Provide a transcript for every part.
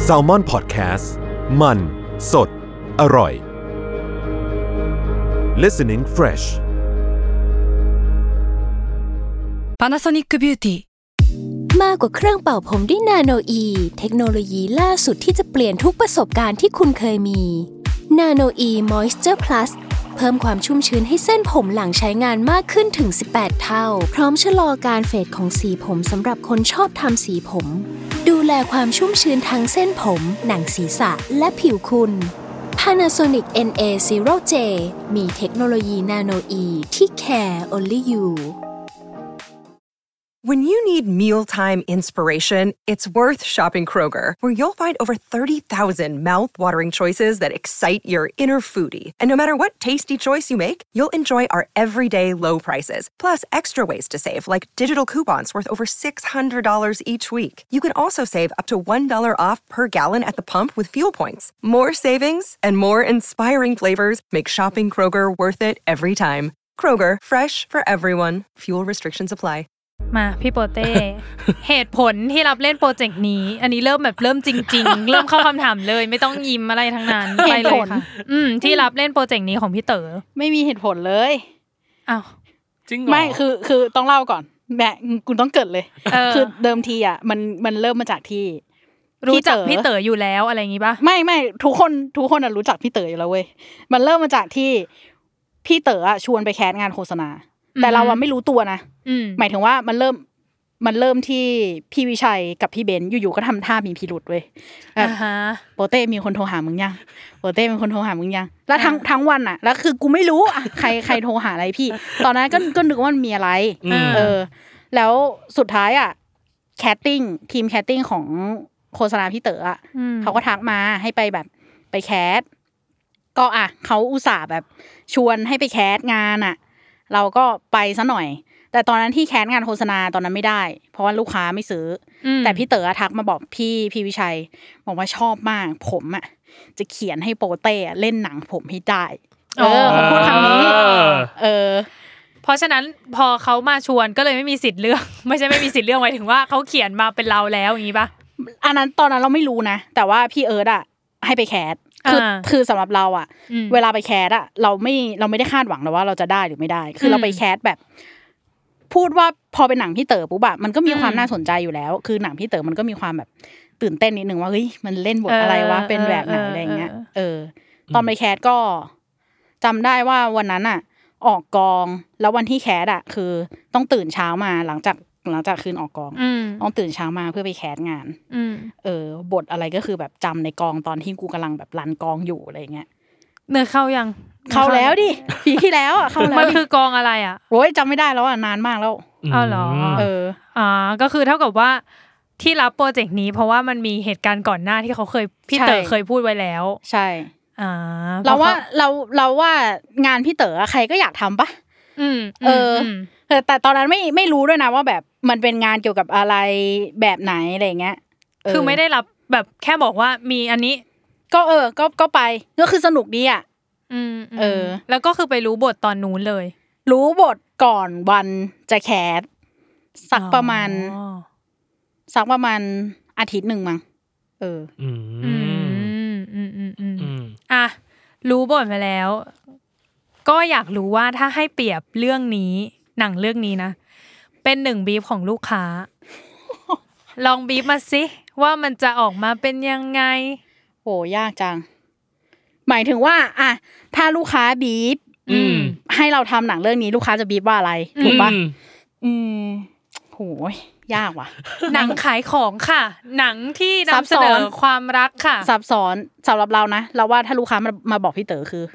Salmon Podcast มันสดอร่อย Listening Fresh Panasonic Beauty มากกว่าเครื่องเป่าผมด้วยนาโนอีเทคโนโลยีล่าสุดที่จะเปลี่ยนทุกประสบการณ์ที่คุณเคยมีนาโนอีมอยส์เจอร์พลัสเพิ่มความชุ่มชื้นให้เส้นผมหลังใช้งานมากขึ้นถึง18เท่าพร้อมชะลอการเฟดของสีผมสำหรับคนชอบทำสีผมดูแลความชุ่มชื้นทั้งเส้นผมหนังศีรษะและผิวคุณ Panasonic NA0J มีเทคโนโลยีนาโนอีที่ care only you When you need mealtime inspiration, it's worth shopping Kroger, where you'll find over 30,000 mouth-watering choices that excite your inner foodie. And no matter what tasty choice you make, you'll enjoy our everyday low prices, plus extra ways to save, like digital coupons worth over $600 each week. You can also save up to $1 off per gallon at the pump with fuel points. More savings and more inspiring flavors make shopping Kroger worth it every time. Kroger, fresh for everyone. Fuel restrictions apply. มาพี่โปเต้ เหตุผลที่รับเล่นโปรเจกต์นี้อันนี้เริ่มจริงๆ เริ่มเข้าคำถามเลยไม่ต้องยิ้มอะไรทั้งนั้นไปเลยค่ะที่รับเล่นโปรเจกต์นี้ของพี่เต๋อไม่มีเหตุผลเลยอ้าวจริงเหรอไม่คือต้องเล่าก่อนแม่คุณต้องเกิดเลยคือเดิมทีอ่ะมันเริ่มมาจากที่รู้จักพี่เต๋ออยู่แล้วอะไรอย่างงี้ป่ะไม่ทุกคนอ่ะรู้จักพี่เต๋ออยู่แล้วเว้ยมันเริ่มมาจากที่พี่เต๋ออ่ะชวนไปแคสงานโฆษณาแต่เราไม่รู้ตัวนะหมายถึงว่ามันเริ่มที่พี่วิชัยกับพี่เบนอยู่ๆก็ทำท่ามีพิรุธเว้ยโปเต้มีคนโทรหามึงยังโปเต้มีคนโทรหามึงยังแล้วทั้งวันอ่ะแล้วคือกูไม่รู้อ่ะใครโทรหาอะไรพี่ตอนนั้นก็นึกว่ามันมีอะไรแล้วสุดท้ายอ่ะทีมแคสติ้งของโฆษณาพี่เต๋ออ่ะเขาก็ทักมาให้ไปแบบไปแคสก็อ่ะเขาอุตส่าห์แบบชวนให้ไปแคสงานอ่ะเราก็ไปซะหน่อยแต่ตอนนั้นที่แคสงานโฆษณาตอนนั้นไม่ได้เพราะว่าลูกค้าไม่ซื้อแต่พี่เต๋อทักมาบอกพี่วิชัยบอกว่าชอบมากผมอ่ะจะเขียนให้โปเต้เล่นหนังผมให้ได้เขาพูดคำนี้เพราะฉะนั้นพอเขามาชวนก็เลยไม่มีสิทธิ์เลือกไม่ใช่ไม่มีสิทธิ์เลือกหมายถึงว่าเขาเขียนมาเป็นเราแล้วอย่างงี้ป่ะอันนั้นตอนนั้นเราไม่รู้นะแต่ว่าพี่เอิร์ธอ่ะให้ไปแคสคือสำหรับเราอ่ะเวลาไปแคสอ่ะเราไม่ได้คาดหวังนะว่าเราจะได้หรือไม่ได้คือเราไปแคสแบบพูดว่าพอเป็นหนังพี่เต๋อปุ๊บอะมันก็มีความน่าสนใจอยู่แล้วคือหนังพี่เต๋อมันก็มีความแบบตื่นเต้นนิดนึงว่าเฮ้ยมันเล่นบทอะไรวะเป็นแบบไหนอะไรเงี้ยตอนไปแคสก็จำได้ว่าวันนั้นอ่ะออกกองแล้ววันที่แคสอ่ะคือต้องตื่นเช้ามาหลังจากคืนออกกองต้องตื่นเช้ามาเพื่อไปแคสงานบทอะไรก็คือแบบจำในกองตอนที่กูกำลังแบบรันกองอยู่อะไรเงี้ยเนื้อเข้ายังเข้าแล้วดิปีที่แล้วอ่ะเข้าแล้วมันคือกองอะไรอ่ะโอ้ยจำไม่ได้แล้วอ่ะนานมากแล้วอ้าวเหรอก็คือเท่ากับว่าที่รับโปรเจกต์นี้เพราะว่ามันมีเหตุการณ์ก่อนหน้าที่เขาเคยพี่เต๋อเคยพูดไว้แล้วใช่เราว่างานพี่เต๋อใครก็อยากทำปะแต่ตอนนั้นไม่รู้ด้วยนะว่าแบบมันเป็นงานเกี่ยวกับอะไรแบบไหนอะไรเงี้ยคือไม่ได้รับแบบแค่บอกว่ามีอันนี้ก็ไปก็คือสนุกดีอ่ะแล้วก็คือไปรู้บทตอนนู้นเลยรู้บทก่อนวันจะแคสสักประมาณอาทิตย์นึงมั้งรู้บทมาแล้วก็อยากรู้ว่าถ้าให้เปรียบเรื่องนี้หนังเรื่องนี้นะเป็น1บีฟของลูกค้าลองบีฟมาสิว่ามันจะออกมาเป็นยังไงโหยากจังหมายถึงว่าอ่ะถ้าลูกค้าบีฟให้เราทำหนังเรื่องนี้ลูกค้าจะบีฟว่าอะไรถูกป่ะโหยากว่ะหนังขายของค่ะหนังที่นำเสนอความรักค่ะซับซ้อนสำหรับเรานะเราว่าถ้าลูกค้ามาบอกพี่เต๋อคือ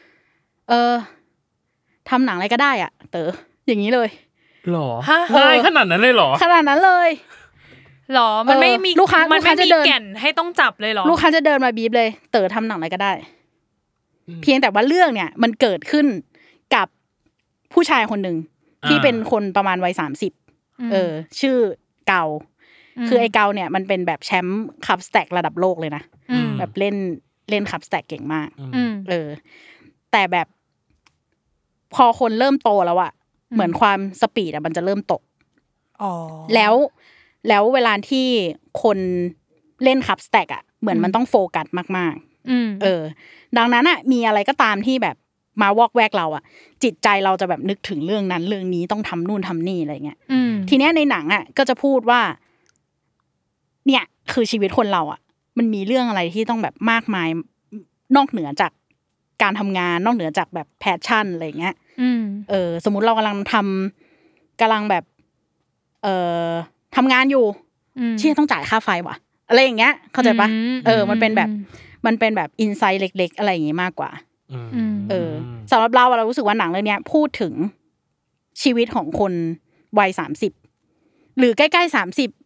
ทำหนังอะไรก็ได้อ่ะเต๋ออย่างนี้เลยหรอง่ายขนาดนั้นเลยหรอขนาดนั้นเลยหรอมันไม่มีลูกค้ามันไม่มีแก่นให้ต้องจับเลยหรอลูกค้าจะเดินมาบีบเลยเต๋อทำหนังอะไรก็ได้เพียงแต่ว่าเรื่องเนี่ยมันเกิดขึ้นกับผู้ชายคนหนึ่งที่เป็นคนประมาณวัย30ชื่อเกาคือไอ้เกาเนี่ยมันเป็นแบบแชมป์คัพสแต็กระดับโลกเลยนะแบบเล่นคัพสแต็กเก่งมากแต่แบบพอคนเริ่มโตแล้วอะเหมือนความสปีดอะมันจะเริ่มตกแล้วเวลาที่คนเล่นคัพสแต็กอะเหมือนมันต้องโฟกัสมากๆดังนั้นอ่ะมีอะไรก็ตามที่แบบมาวอกแวกเราอ่ะจิตใจเราจะแบบนึกถึงเรื่องนั้นเรื่องนี้ต้องทำนู่นทำนี่อะไรเงี้ยทีเนี้ยในหนังอ่ะก็จะพูดว่าเนี่ยคือชีวิตคนเราอ่ะมันมีเรื่องอะไรที่ต้องแบบมากมายนอกเหนือจากการทำงานนอกเหนือจากแบบแพชชั่นอะไรเงี้ยสมมุติเรากำลังแบบทำงานอยู่ที่ต้องจ่ายค่าไฟว่ะอะไรอย่างเงี้ยเข้าใจปะมันเป็นแบบอินไซต์เล็กๆอะไรอย่างงี้มากกว่าสำหรับเรารู้สึกว่าหนังเรื่องนี้พูดถึงชีวิตของคนวัย30หรือใกล้ๆ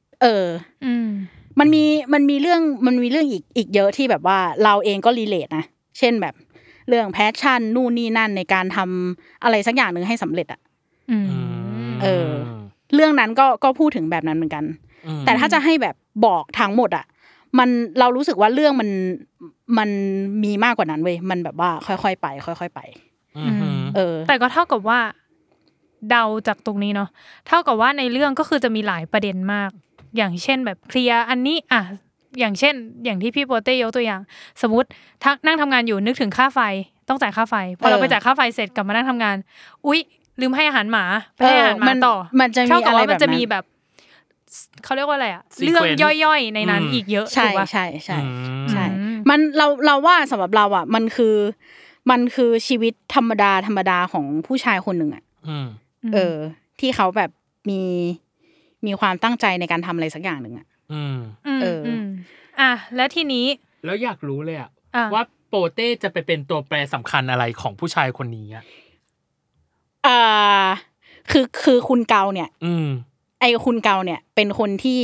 30มันมีเรื่องอีกเยอะที่แบบว่าเราเองก็รีเลทนะเช่นแบบเรื่องแพชชั่นนู่นนี่นั่นในการทำอะไรสักอย่างนึงให้สำเร็จอ่ะเรื่องนั้นก็พูดถึงแบบนั้นเหมือนกันแต่ถ้าจะให้แบบบอกทั้งหมดอ่ะเรารู้สึกว่าเรื่องมันมีมากกว่านั้นเว้ยมันแบบว่าค่อยๆไปค่อยๆไปแต่ก็เท่ากับว่าเดาจากตรงนี้เนาะเท่ากับว่าในเรื่องก็คือจะมีหลายประเด็นมากอย่างเช่นแบบเคลียร์อันนี้อ่ะอย่างเช่นอย่างที่พี่โปเต้ยกตัวอย่างสมมตินั่งทำงานอยู่นึกถึงค่าไฟต้องจ่ายค่าไฟพอเราไปจ่ายค่าไฟเสร็จกลับมานั่งทำงานอุ๊ยลืมให้อาหารหมาไปให้อาหารหมาต่อเท่ากับว่ามันจะมีแบบเขาเรียกว่าอะไรอ่ะเรื่องย่อยๆในนั้นอีกเยอะถูกป่ะใช่มันเราว่าสำหรับเราอ่ะมันคือชีวิตธรรมดาของผู้ชายคนหนึ่งอ่ะที่เขาแบบมีความตั้งใจในการทำอะไรสักอย่างหนึ่งอ่ะแล้วทีนี้แล้วอยากรู้เลยอ่ะว่าโปเต้จะไปเป็นตัวแปรสำคัญอะไรของผู้ชายคนนี้อ่ะคือคุณเกาเนี่ยไอ้คุณเกาเนี่ยเป็นคนที่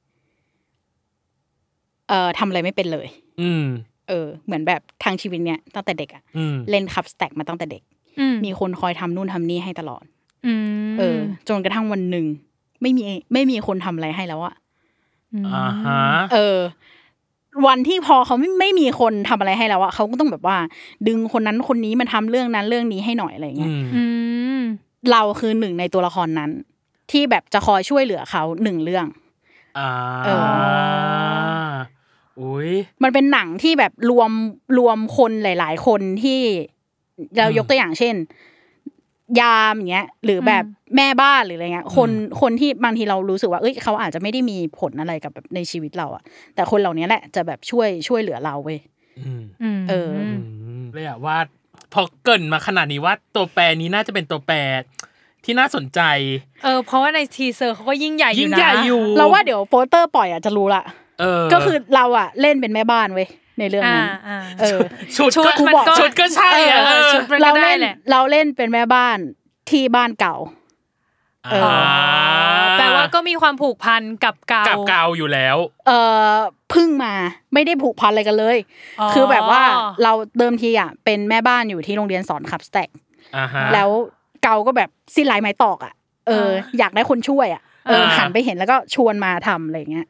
ทำอะไรไม่เป็นเลยเหมือนแบบทางชีวิตเนี่ยตั้งแต่เด็กอ่ะเล่นคับสแต็กมาตั้งแต่เด็กมีคนคอยทำนู่นทำนี่ให้ตลอดจนกระทั่งวันหนึ่งไม่มีคนทำอะไรให้แล้วอ่ะวันที่พอเขาไม่มีคนทำอะไรให้แล้วอ่ะเขาก็ต้องแบบว่าดึงคนนั้นคนนี้มาทำเรื่องนั้นเรื่องนี้ให้หน่อยอะไรเงี้ยเราคือหนึ่งในตัวละครนั้นที่แบบจะคอยช่วยเหลือเขาหนึ่งเรื่องมันเป็นหนังที่แบบรวมคนหลายๆคนที่เรายกตัวอย่างเช่นยามอย่างเงี้ยหรือแบบแม่บ้านหรืออะไรเงี้ยคนที่บางทีเรารู้สึกว่าเอ้ยเขาอาจจะไม่ได้มีผลอะไรกับแบบในชีวิตเราอ่ะแต่คนเหล่านี้แหละจะแบบช่วยเหลือเราเว้ยเลยอ่ะว่าพอเกินมาขนาดนี้ว่าตัวแปรนี้น่าจะเป็นตัวแปรที่น่าสนใจเพราะว่าในทีเซอร์เขาก็ยิ่งใหญ่อยู่นะเราว่าเดี๋ยวโปสเตอร์ปล่อยอ่ะจะรู้ละก็คือเราอ่ะเล่นเป็นแม่บ้านเว้ยในเรื่องนั้นชุดก็ใช่เราเล่นเป็นแม่บ้านที่บ้านเก่าแปลว่าก็มีความผูกพันกับเก่าอยู่แล้วเพิ่งมาไม่ได้ผูกพันอะไรกันเลยคือแบบว่าเราเดิมทีอ่ะเป็นแม่บ้านอยู่ที่โรงเรียนสอนคับสแต็กแล้วเก่าก็แบบสิ้นลายไม้ตอกอ่ะอยากได้คนช่วยอ่ะหันไปเห็นแล้วก็ชวนมาทำอะไรเงี้ย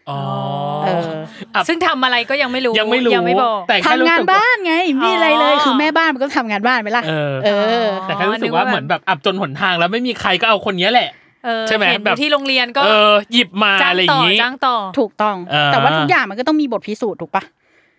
ซึ่งทำอะไรก็ยังไม่รู้ยังไม่บอกทำงานบ้านไงมีอะไรเลยคือแม่บ้านมันก็ทำงานบ้านไปละแต่แค่รู้สึกว่าเหมือนแบบอับจนหนทางแล้วไม่มีใครก็เอาคนนี้แหละใช่ไหมแบบที่โรงเรียนก็หยิบมาอะไรอย่างงี้จ้างต่อถูกต้องแต่ว่าทุกอย่างมันก็ต้องมีบทพิสูจน์ถูกปะ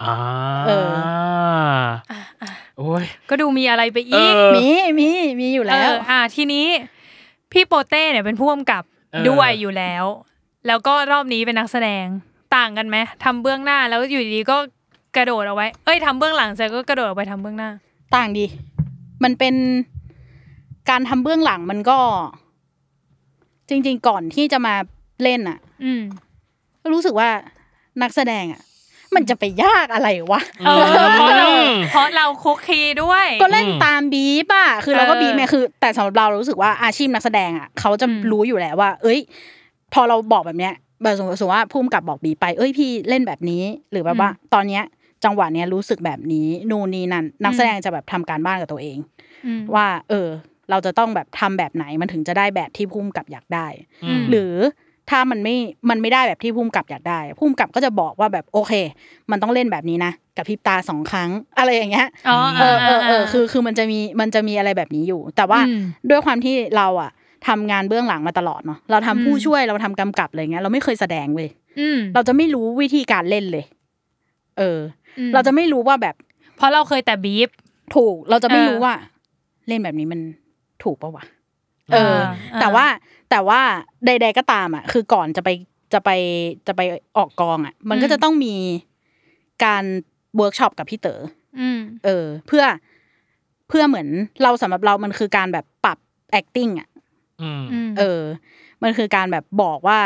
โอ้ยก็ดูมีอะไรไปอีกมีอยู่แล้วทีนี้พี่โปเต้เนี่ยเป็นผู้กำกับด้วยอยู่แล้วก็รอบนี้เป็นนักแสดงต่างกันไหมทำเบื้องหน้าแล้วอยู่ดีๆก็กระโดดเอาไว้ทำเบื้องหลังเสร็จก็กระโดดออกไปทำเบื้องหน้าต่างดีมันเป็นการทำเบื้องหลังมันก็จริงๆก่อนที่จะมาเล่นอ่ะรู้สึกว่านักแสดงอ่ะมันจะไปยากอะไรวะเพราะเราคุกคีด้วยก็เล่นตามบีบอ่ะคือเราก็บีบคือแต่สำหรับเรารู้สึกว่าอาชีพนักแสดงอ่ะเขาจะรู้อยู่แล้วว่าพอเราบอกแบบเนี้ยแบบสมมติว่าผู้กำกับบอกบีไปพี่เล่นแบบนี้หรือแบบว่าตอนเนี้ยจังหวะเนี้ยรู้สึกแบบนี้นู่นนี่นั่นนักแสดงจะแบบทำการบ้านกับตัวเองว่าเราจะต้องแบบทำแบบไหนมันถึงจะได้แบบที่ผู้กำกับอยากได้หรือถ้ามันไม่ได้แบบที่ผู้กำกับอยากได้ผู้กำกับก็จะบอกว่าแบบโอเคมันต้องเล่นแบบนี้นะกับพริบตา2ครั้งอะไรอย่างเงี้ยคือมันจะมีอะไรแบบนี้อยู่แต่ว่าด้วยความที่เราอ่ะทำงานเบื้องหลังมาตลอดเนาะเราทำผู้ช่วยเราทำกำกับอะไรเงี้ยเราไม่เคยแสดงเว้ยเราจะไม่รู้วิธีการเล่นเลยเราจะไม่รู้ว่าแบบเพราะเราเคยแต่บีฟถูกเราจะไม่รู้ว่าเล่นแบบนี้มันถูกป่ะวะแต่ว่าใดๆก็ตามอ่ะคือก่อนจะไปออกกองอ่ะมันก็จะต้องมีการเวิร์กช็อปกับพี่เต๋อเพื่อเหมือนเราสำหรับเรามันคือการแบบปรับ acting อ่ะมันคือการแบบบอกว่า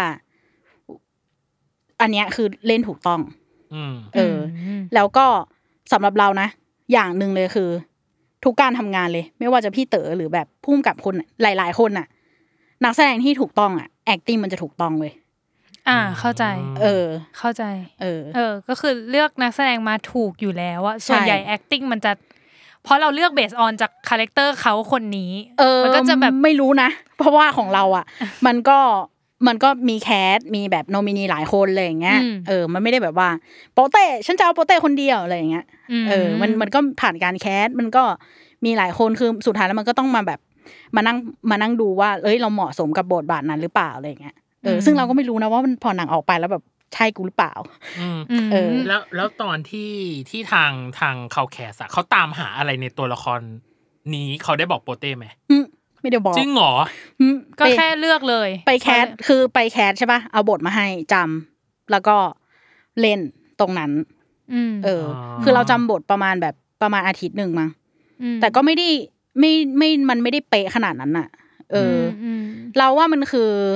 อันเนี้ยคือเล่นถูกต้องแล้วก็สำหรับเรานะอย่างนึงเลยคือทุกการทำงานเลยไม่ว่าจะพี่เต๋อหรือแบบพุ่มกับคนหลายๆคนน่ะนักแสดงที่ถูกต้องอ่ะ acting มันจะถูกต้องเลยเข้าใจเข้าใจก็คือเลือกนักแสดงมาถูกอยู่แล้วอะส่วนใหญ่ acting มันจะเพราะเราเลือกเบสออนจากคาแรคเตอร์เขาคนนี้มันก็จะแบบไม่รู้นะเพราะว่าของเราอ่ะมันก็มีแคสมีแบบโนมินีหลายคนเลยอย่างเงี้ยมันไม่ได้แบบว่าโปเต้ฉันจะเอาโปเต้คนเดียวอะไรอย่างเงี้ยมันก็ผ่านการแคสมันก็มีหลายคนคือสุดท้ายแล้วมันก็ต้องมาแบบมานั่งดูว่าเราเหมาะสมกับบทบาทนั้นหรือเปล่าอะไรอย่างเงี้ยซึ่งเราก็ไม่รู้นะว่ามันพอหนังออกไปแล้วแบบใช่กูหรือเปล่าแล้วตอนที่ทางเขาแคสอะเขาตามหาอะไรในตัวละครนี้เขาได้บอกโปเต้ไหมไม่ได้บอกจริงเหรอก็แค่เลือกเลยไปแคสคือไปแคสใช่ป่ะเอาบทมาให้จำแล้วก็เล่นตรงนั้นคือเราจำบทประมาณอาทิตย์นึงมั้งแต่ก็ไม่ได้มันไม่ได้เป๊ะขนาดนั้นน่ะเราว่ามัน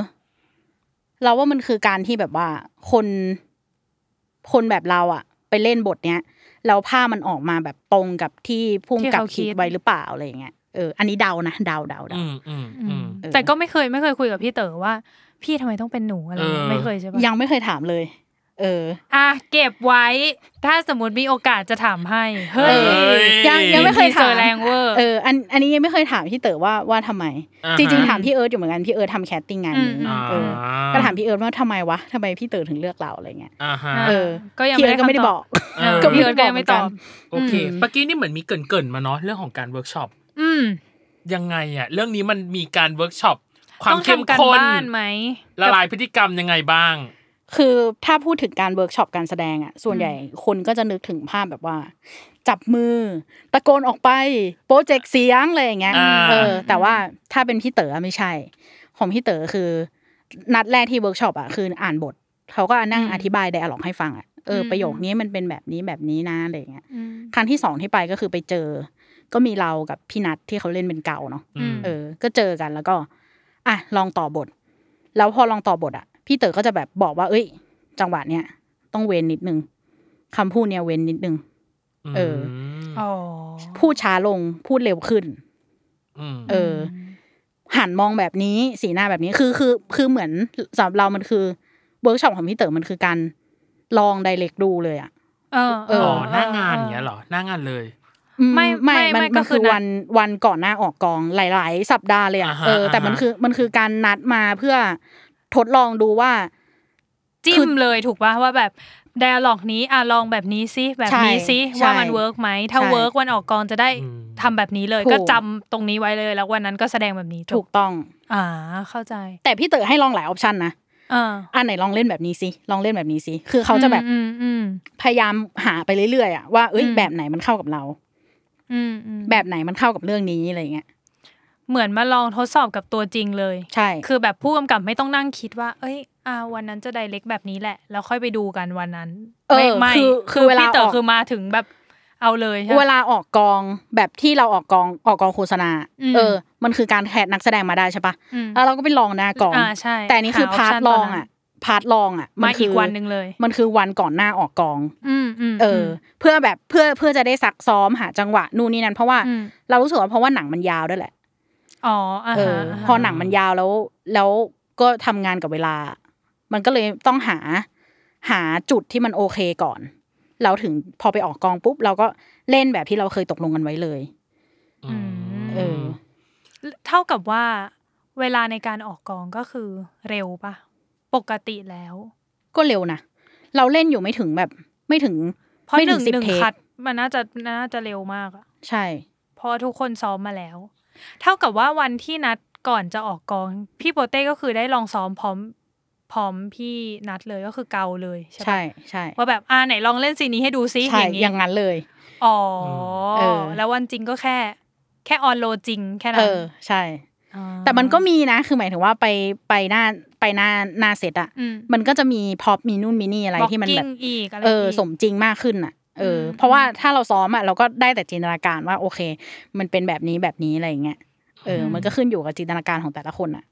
คือการที่แบบว่าคนแบบเราอ่ะไปเล่นบทเนี้ยแล้วภาพมันออกมาแบบตรงกับที่พุ่งกับคิดไว้หรือเปล่าอะไรอย่างเงี้ยอันนี้เดานะเดาแต่ก็ไม่เคยคุยกับพี่เต๋อว่าพี่ทำไมต้องเป็นหนูอะไรไม่เคยใช่ปะยังไม่เคยถามเลยเก็บไว้ถ้าสมมติมีโอกาสจะถามให้เฮ้ยยังไม่เคยถามแรงเวอร์อันนี้ยังไม่เคยถามพี่เต๋อว่าทำไมจริงๆถามพี่เอิร์ธอยู่เหมือนกันพี่เอิร์ธทำแคสติ้งงานนี้ก็ถามพี่เอิร์ธว่าทำไมพี่เต๋อถึงเลือกเราอะไรเงี้ยก็ยังไม่ได้บอกก็พี่เอิร์ธก็ยังไม่ตอบโอเคเมื่อกี้นี่เหมือนมีเกริ่นมาเนาะเรื่องของการเวิร์กช็อปยังไงอ่ะเรื่องนี้มันมีการเวิร์กช็อปความเข้มข้นละลายพฤติกรรมยังไงบ้างคือถ้าพูดถึงการเวิร์กช็อปการแสดงอ่ะส่วนใหญ่คนก็จะนึกถึงภาพแบบว่าจับมือตะโกนออกไปโปรเจกต์เสียงอะไรอย่างเงี้ยแต่ว่าถ้าเป็นพี่เต๋อไม่ใช่ของพี่เต๋อคือนัดแรกที่เวิร์กช็อปอ่ะคืออ่านบทเขาก็นั่งอธิบายไดอะล็อกให้ฟังอ่ะประโยคนี้มันเป็นแบบนี้นะอะไรอย่างเงี้ยครั้งที่2ที่ไปก็คือไปเจอก็มีเรากับพี่นัทที่เขาเล่นเป็นเก่าเนาะก็เจอกันแล้วก็ลองต่อบทแล้วพอลองต่อบทอ่ะพี่เต๋อก็จะแบบบอกว่าจังหวะเนี้ยต้องเว้นนิดนึงคำพูดเนี้ยเว้นนิดนึงพูดช้าลงพูดเร็วขึ้นหันมองแบบนี้สีหน้าแบบนี้คือเหมือนสำหรับเรามันคือเวิร์กช็อปของพี่เต๋อมันคือการลองไดเรกดูเลยอ่ะหน้างานอย่างเงี้ยเหรอหน้างานเลยไม่มันคือวันก่อนหน้าออกกองหลายๆสัปดาห์เลยอ่ะแต่มันคือการนัดมาเพื่อทดลองดูว่าจิ้มเลยถูกป่ะว่าแบบไดอะล็อกนี้ลองแบบนี้ซิแบบนี้ซิว่ามันเวิร์กไหมถ้าเวิร์กวันออกกองจะได้ทำแบบนี้เลยก็จำตรงนี้ไว้เลยแล้ววันนั้นก็แสดงแบบนี้ถูกต้องเข้าใจแต่พี่เต๋อให้ลองหลายออปชันนะไหนลองเล่นแบบนี้ซิลองเล่นแบบนี้ซิคือเขาจะแบบพยายามหาไปเรื่อยๆอ่ะว่าแบบไหนมันเข้ากับเราแบบไหนมันเข้ากับเรื่องนี้อะไรเงี้ยเหมือนมาลองทดสอบกับตัวจริงเลยใช่คือแบบผู้กำกับไม่ต้องนั่งคิดว่าวันนั้นจะไดเรกแบบนี้แหละแล้วค่อยไปดูกันวันนั้นไม่คือเวลาพี่เต๋อคือมาถึงแบบเอาเลยใช่เวลาออกกองแบบที่เราออกกองโฆษณามันคือการแคสนักแสดงมาได้ใช่ปะแล้วเราก็ไปลองหน้ากองแต่นี่คือพาร์ทลองอ่ะมาอีกวันนึงเลยมันคือวันก่อนหน้าออกกองเพื่อแบบเพื่อจะได้ซักซ้อมหาจังหวะนู่นนี่นั่นเพราะว่าเรารู้สึกว่าเพราะว่าหนังมันยาวด้วยแหละพอหนังมันยาวแล้วก็ทำงานกับเวลามันก็เลยต้องหาจุดที่มันโอเคก่อนเราถึงพอไปออกกองปุ๊บเราก็เล่นแบบที่เราเคยตกลงกันไว้เลยเท่ากับว่าเวลาในการออกกองก็คือเร็วปะปกติแล้วก็เร็วนะเราเล่นอยู่ไม่ถึงเพราะ1 เทคมันน่าจะเร็วมากอ่ะใช่เพราะทุกคนซ้อมมาแล้วเท่ากับว่าวันที่นัดก่อนจะออกกองพี่โปเต้ก็คือได้ลองซ้อมพพร้อมพี่นัดเลยก็คือเกาเลยใช่ปะใช่ว่าแบบไหนลองเล่นซีนนี้ให้ดูซิอย่างนั้นเลยอ๋อแล้ววันจริงก็แค่ออนโลจริงแค่นั้นใช่แต่มันก็มีนะคือหมายถึงว่าไปหน้าเซตอ่ะมันก็จะมีพ็อปมีนู่นมีนี่อะไรที่มันแบบสมจริงมากขึ้นอ่ะเพราะว่าถ้าเราซ้อมอ่ะเราก็ได้แต่จินตนาการว่าโอเคมันเป็นแบบนี้อะไรอย่างเงี้ยมันก็ขึ้นอยู่กับจินตนาการของแต่ละคนอ่ะ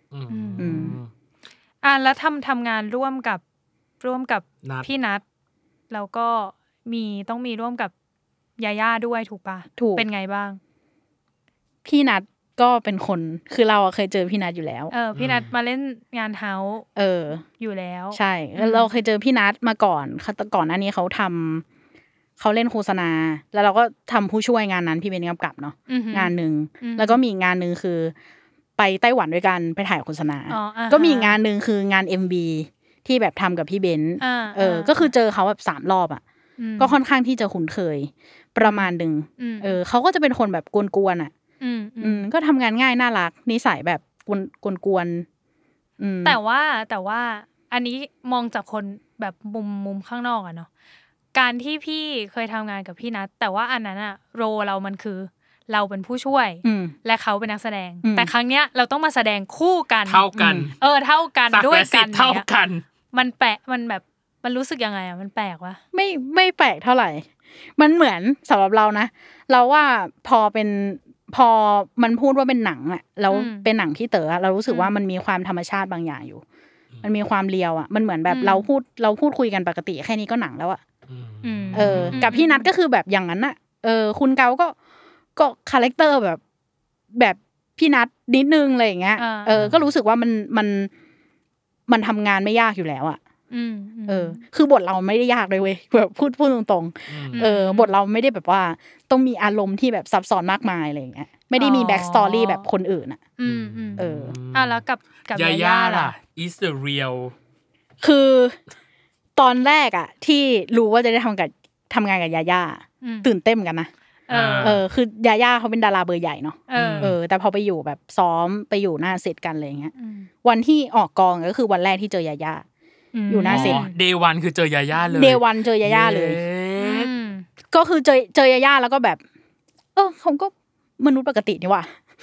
แล้วทำงานร่วมกับพี่นัทแล้วก็ต้องมีร่วมกับยาย่าด้วยถูกปะเป็นไงบ้างพี่นัทก็เป็นคนคือเราเคยเจอพี่นัทอยู่แล้วพี่นัทมาเล่นงานเฮาส์อยู่แล้วใช่เราเคยเจอพี่นัทมาก่อนหน้านี้เขาเล่นโฆษณาแล้วเราก็ทำผู้ช่วยงานนั้นพี่เบนกำกับเนาะงานนึงแล้วก็มีงานนึงคือไปไต้หวันด้วยกันไปถ่ายโฆษณาก็มีงานนึงคืองาน MV ที่แบบทำกับพี่เบนก็คือเจอเขาแบบ3รอบอ่ะก็ค่อนข้างที่จะคุ้นเคยประมาณนึงเขาก็จะเป็นคนแบบกวนๆอ่ะก็ทำงานง่ายน่ารักนิสัยแบบกวนๆแต่ว่าอันนี้มองจากคนแบบมุมข้างนอกอะเนาะการที่พี่เคยทำงานกับพี่นัทแต่ว่าอันนั้นอะโรเรามันคือเราเป็นผู้ช่วยและเขาเป็นนักแสดงแต่ครั้งเนี้ยเราต้องมาแสดงคู่กันเท่ากันเท่ากันด้วยกันเท่ากันมันแปลกมันแบบมันรู้สึกยังไงอะมันแปลกวะไม่แปลกเท่าไหร่มันเหมือนสำหรับเรานะเราว่าพอมันพูดว่าเป็นหนังอ่ะแล้วเป็นหนังพี่เต๋อเรารู้สึกว่ามันมีความธรรมชาติบางอย่างอยู่มันมีความเรียวอ่ะมันเหมือนแบบเราพูดคุยกันปกติแค่นี้ก็หนังแล้วอ่ะกับพี่นัทก็คือแบบอย่างนั้นอ่ะคุณเกาก็คาแรคเตอร์แบบพี่นัทนิดนึงอะไรอย่างเงี้ยก็รู้สึกว่ามันทำงานไม่ยากอยู่แล้วอ่ะคือบทเราไม่ได้ยากเลยเว้ยแบบพูดตรงๆบทเราไม่ได้แบบว่าต้องมีอารมณ์ที่แบบซับซ้อนมากมายอะไรอย่างเงี้ยไม่ได้มีแบ็คสตอรี่แบบคนอื่นอ่ะแล้วกับยาย่าล่ะ is the real คือตอนแรกอ่ะที่รู้ว่าจะได้ทำงานกับยาย่าตื่นเต้นกันนะคือยาย่าเขาเป็นดาราเบอร์ใหญ่เนาะแต่พอไปอยู่แบบซ้อมไปอยู่หน้าเซตกันอะไรเงี้ยวันที่ออกกองก็คือวันแรกที่เจอยาย่าอยู่หน้าเซต day 1คือเจอยาย่าเลย day 1เจอยาย่าเลยก็คือเจอยาย่าแล้วก็แบบเขาก็มนุษย์ปกตินี่ว่ะ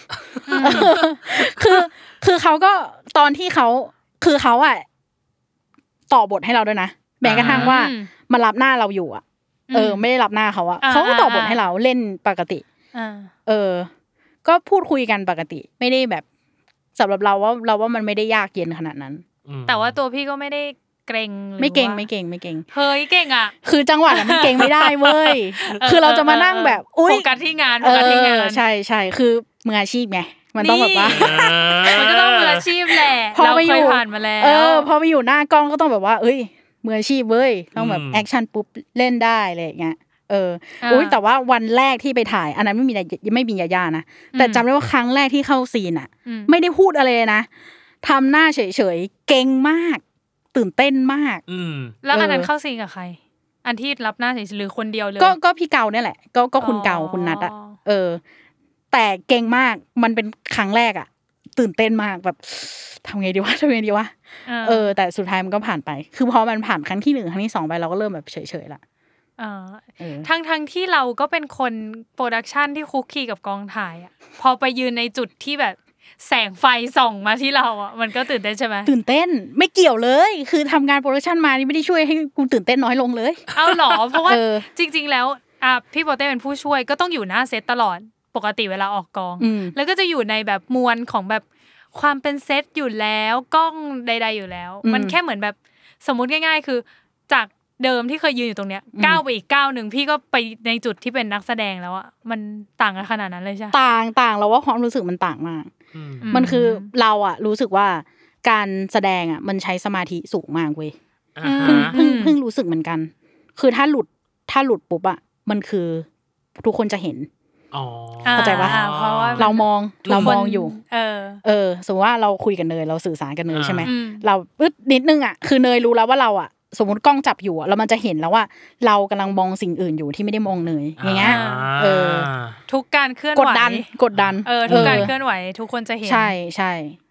คือเขาก็ตอนที่เขาคือเขาอ่ะต่อบทให้เราด้วยนะแม้กระทั่งว่ามารับหน้าเราอยู่อ่ะไม่ได้รับหน้าเขาอ่ะเขาก็ต่อบทให้เราเล่นปกติก็พูดคุยกันปกติไม่ได้แบบสำหรับเราว่ามันไม่ได้ยากเย็นขนาดนั้นแต่ว่าตัวพี่ก็ไม่ได้เกรงไม่เก่งเฮ้ยเก่งอ่ะคือจังหวะมันเก่งไม่ได้เว้ยคือเราจะมานั่งแบบโฟกัสที่งานใช่คือมืออาชีพไงมันต้องแบบว่ามันก็ต้องมืออาชีพแหละเราเคยผ่านมาแล้วพอไปอยู่หน้ากล้องก็ต้องแบบว่าเอ้ยมืออาชีพเว้ยต้องแบบแอคชั่นปุ๊บเล่นได้อะไรอย่างเงี้ยแต่ว่าวันแรกที่ไปถ่ายอันนั้นไม่มียาย่านะแต่จำได้ว่าครั้งแรกที่เข้าซีนอ่ะไม่ได้พูดอะไรนะทำหน้าเฉยๆเก่งมากตื่นเต้นมากแล้วอันนั้นเข้าซีนกับใครอันที่รับหน้าเฉยๆหรือคนเดียวเลยก็พี่เกาเนี่ยแหละก็คุณเกาคุณนัทอ่ะแต่เก่งมากมันเป็นครั้งแรกอ่ะตื่นเต้นมากแบบทำไงดีวะแต่สุดท้ายมันก็ผ่านไปคือพอมันผ่านครั้งที่1ครั้งที่2ไปเราก็เริ่มแบบเฉยๆละทั้งที่เราก็เป็นคนโปรดักชันที่คุกคีกับกองถ่ายอ่ะพอไปยืนในจุดที่แบบแสงไฟส่องมาที่เราอ่ะมันก็ตื่นเต้นใช่ไหมตื่นเต้นไม่เกี่ยวเลยคือทำงานโปรดักชันมานี่ไม่ได้ช่วยให้กูตื่นเต้นน้อยลงเลยเอาหรอเพราะว่าจริงๆแล้วพี่โปเต้เป็นผู้ช่วยก็ต้องอยู่หน้าเซตตลอดปกติเวลาออกกองแล้วก็จะอยู่ในแบบมวลของแบบความเป็นเซตอยู่แล้วกล้องใดๆอยู่แล้วมันแค่เหมือนแบบสมมุติง่ายๆคือจากเดิมที่เคยยืนอยู่ตรงเนี้ยก้าวไปอีกก้าวนึงพี่ก็ไปในจุดที่เป็นนักแสดงแล้วอ่ะมันต่างกันขนาดนั้นเลยใช่ต่างเราว่าความรู้สึกมันต่างมากมันคือเราอ่ะรู้สึกว่าการแสดงอ่ะมันใช้สมาธิสูงมากเว้ยเพิ่งรู้สึกเหมือนกันคือถ้าหลุดปุ๊บอ่ะมันคือทุกคนจะเห็นเข้าใจป่ะเพราะว่าเรามองอยู่สมมติว่าเราคุยกันเนยเราสื่อสารกันเนยใช่ไหมเราปึ๊ดนิดนึงอ่ะคือเนยรู้แล้วว่าเราอ่ะสมมติกล้องจับอยู่แล้วมันจะเห็นแล้วว่าเรากำลังมองสิ่งอื่นอยู่ที่ไม่ได้มองเนยอย่างเงี้ยทุกการเคลื่อนไหวกดดันทุกการเคลื่อนไหวทุกคนจะเห็นใช่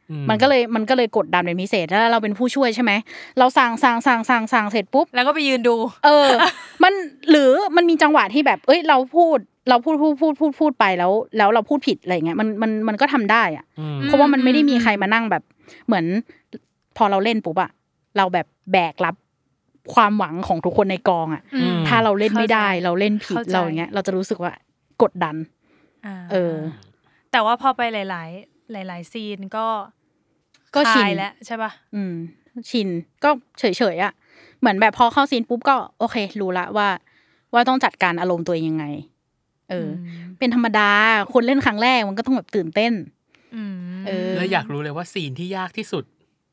มันก็เลยกดดันเป็นพิเศษถ้าเราเป็นผู้ช่วยใช่ไหมเราสั่งเสร็จปุ๊บแล้วก็ไปยืนดูมันหรือมันมีจังหวะที่แบบเอ้ยเราพูดไปแล้วเราพูดผิดอะไรเงี้ยมันก็ทำได้อ่ะเพราะว่ามันไม่ได้มีใครมานั่งแบบเหมือนพอเราเล่นปุ๊บอะเราแบบแบกรับความหวังของทุกคนในกองอ่ะถ้าเราเล่นไม่ได้เราเล่นผิดเราอย่างเงี้ยเราจะรู้สึกว่ากดดันแต่ว่าพอไปหลายซีนก็ชินแล้วใช่ป่ะชินก็เฉยๆอ่ะเหมือนแบบพอเข้าซีนปุ๊บก็โอเครู้ละว่าต้องจัดการอารมณ์ตัวเองยังไงเป็นธรรมดาคนเล่นครั้งแรกมันก็ต้องแบบตื่นเต้นแล้วอยากรู้เลยว่าซีนที่ยากที่สุด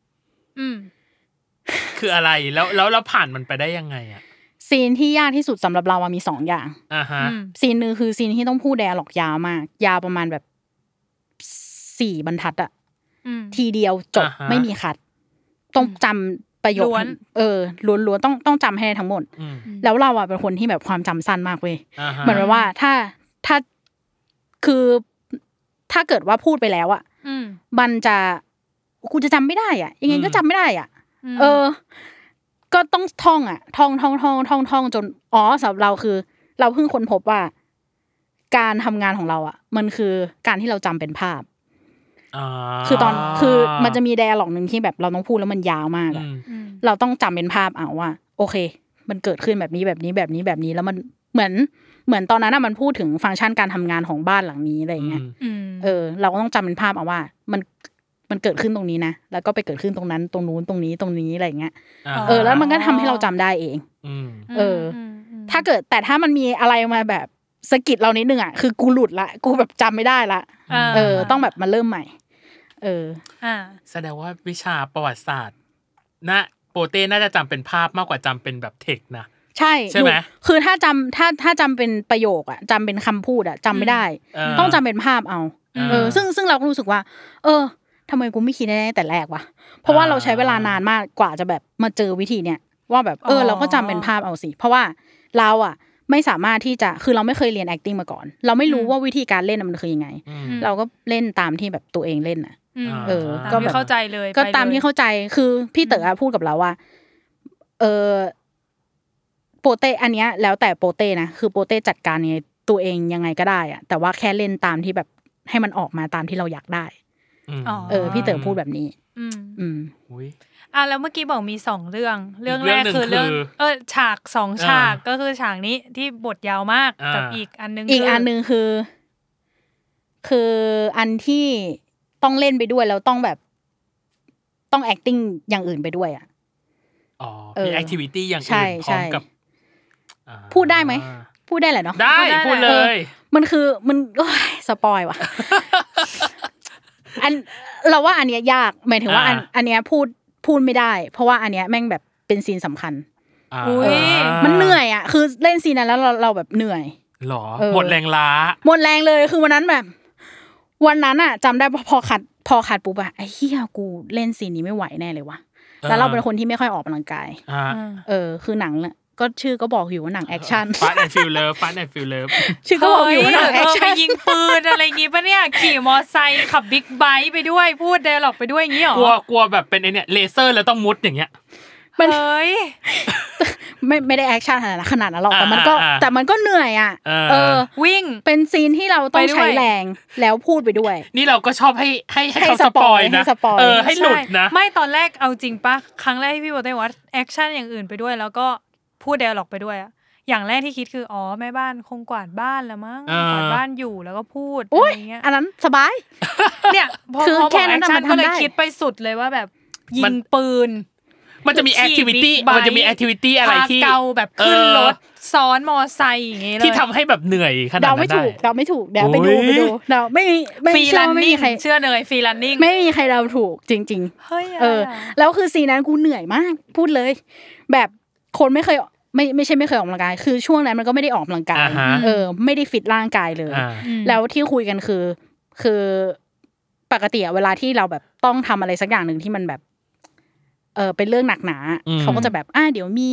คืออะไรแล้วผ่านมันไปได้ยังไงอ่ะซีนที่ยากที่สุดสำหรับเรามี2อย่างซีนนึงคือซีนที่ต้องพูดไดอะล็อกยาวมากยาวประมาณแบบ4บรรทัดอ่ะทีเดียวจบไม่มีคัดต้องจำประโยคล้วนๆต้องจำให้ได้ทั้งหมดแล้วเราอ่ะเป็นคนที่แบบความจำสั้นมากเว้ยเหมือนว่าถ้าคือถ้าเกิดว่าพูดไปแล้วอ่ะมันจะกูจะจำไม่ได้อ่ะยังไงก็จำไม่ได้อ่ะก็ต้องท่องอ่ะท่องจนสำหรับเราคือเราเพิ่งค้นพบว่าการทำงานของเราอ่ะมันคือการที่เราจำเป็นภาพคือมันจะมีไดอะล็อกนึงที่แบบเราต้องพูดแล้วมันยาวมากอ่ะเราต้องจำเป็นภาพเอาว่าโอเคมันเกิดขึ้นแบบนี้แล้วมันเหมือนตอนนั้นน่ะมันพูดถึงฟังก์ชันการทำงานของบ้านหลังนี้อะไรอย่างเงี้ยเราก็ต้องจำเป็นภาพเอาว่ามันเกิดขึ้นตรงนี้นะแล้วก็ไปเกิดขึ้นตรงนั้นตรงนู้นตรงนี้อะไรอย่างเงี้ยแล้วมันก็ทำให้เราจำได้เองถ้าเกิดแต่ถ้ามันมีอะไรมาแบบสะกิดเรานิดนึงอ่ะคือกูหลุดละกูแบบจำไม่ได้ละต้องแบบมาเริ่มใหม่แสดงว่าวิชาประวัติศาสตร์นะโปเต้น่าจะจำเป็นภาพมากกว่าจำเป็นแบบเทคนะใช่ไหมคือถ้าจำเป็นประโยคอ่ะจำเป็นคำพูดอ่ะจำไม่ได้ต้องจำเป็นภาพเอาซึ่งเราก็รู้สึกว่าทำไมกูไม่คิดได้แต่แรกวะเพราะว่าเราใช้เวลานานมากกว่าจะแบบมาเจอวิธีเนี้ยว่าแบบเราก็จำเป็นภาพเอาสิเพราะว่าเราอ่ะไม่สามารถที่จะคือเราไม่เคยเรียน acting มาก่อนเราไม่รู้ว่าวิธีการเล่นมันคือยังไงเราก็เล่นตามที่แบบตัวเองเล่นน่ะก็แบบเข้าใจเลยก็ตามที่เข้าใจคือพี่เต๋อพูดกับเราว่าโปเต้อันเนี้ยแล้วแต่โปเต้นะคือโปเต้จัดการในตัวเองยังไงก็ได้อะแต่ว่าแค่เล่นตามที่แบบให้มันออกมาตามที่เราอยากได้พี่เต๋อพูดแบบนี้แล้วเมื่อกี้บอกมี2เรื่องแรกคือเรื่องฉาก2ฉากก็คือฉากนี้ที่บทยาวมากกับอีกอันนึงคืออันที่ต้องเล่นไปด้วยแล้วต้องแบบต้อง acting อย่างอื่นไปด้วยอ่ะมี activity อย่างอื่นพร้อมกับพูดได้ไหมพูดได้แหละเนาะได้พูดเลยมันคือมันสปอยว่ะเราว่าอันเนี้ยยากหมายถึงว่าอันเนี้ยพูดไม่ได้เพราะว่าอันเนี้ยแม่งแบบเป็นซีนสำคัญมันเหนื่อยอ่ะคือเล่นซีนนั้นแล้วเราแบบเหนื่อยหรอหมดแรงล้าหมดแรงเลยคือวันนั้นแบบวันนั้นอ่ะจำได้พอคัดปุ๊บอะไอ้เหี้ยกูเล่นซีนนี้ไม่ไหวแน่เลยว่ะแล้วเราเป็นคนที่ไม่ค่อยออกกำลังกายคือหนังเนี่ยก็ชื่อก็บอกอยู่ว่าหนังแอคชั่น Fast and Furious Fast and Furious ชื่อก็บอกอยู่ว่าหนังแอคชั่นไปยิงปืนอะไรงี้ป่ะเนี่ยขี่มอไซค์ขับบิ๊กไบค์ไปด้วยพูดไดอะล็อกไปด้วยอย่างงี้หรอกลัวแบบเป็นไอ้เนี่ยเลเซอร์แล้วต้องมุดอย่างเงี้ยมันไม่ได้แอคชั่นขนาดนั้นหรอกแต่มันก็เหนื่อยอ่ะวิ่งเป็นซีนที่เราต้องใช้แรงแล้วพูดไปด้วยนี่เราก็ชอบให้เขาสปอยนะให้หลุดนะไม่ตอนแรกเอาจริงป่ะครั้งแรกที่พี่บอกได้ว่าแอคชั่นอย่างอื่นไปด้วยแล้วก็พูดไดอะล็อกไปด้วยอะอย่างแรกที่คิดคือแม่บ้านคงกวาดบ้านแล้วมั้งกวาดบ้านอยู่แล้วก็พูดอะไรเงี้ยอันนั้นสบายเนี่ยพอแค่นั้นมันก็เลยคิดไปสุดเลยว่าแบบยิงปืนมันจะมีแอคทิวิตี้อะไรที่เกาแบบขึ้นรถซ้อนมอไซค์อย่างเงี้ยที่ทำให้แบบเหนื่อยขนาดนั้นได้เดาไม่ถูกเดี๋ยวไปดูเดาไม่ฟรีรันนิ่งเชื่อเลยฟรีรันนิ่งไม่มีใครเดาถูกจริงๆแล้วคือซีนนั้นกูเหนื่อยมากพูดเลยแบบคนไม่เคยไม่ใช่ไม่เคยออกกำลังกายคือช่วงนั้นมันก็ไม่ได้ออกกำลังกายไม่ได้ฟิตร่างกายเลยแล้วที่คุยกันคือปกติเวลาที่เราแบบต้องทำอะไรสักอย่างนึงที่มันแบบเป็นเรื่องหนักหนาเขาก็จะแบบเดี๋ยวมี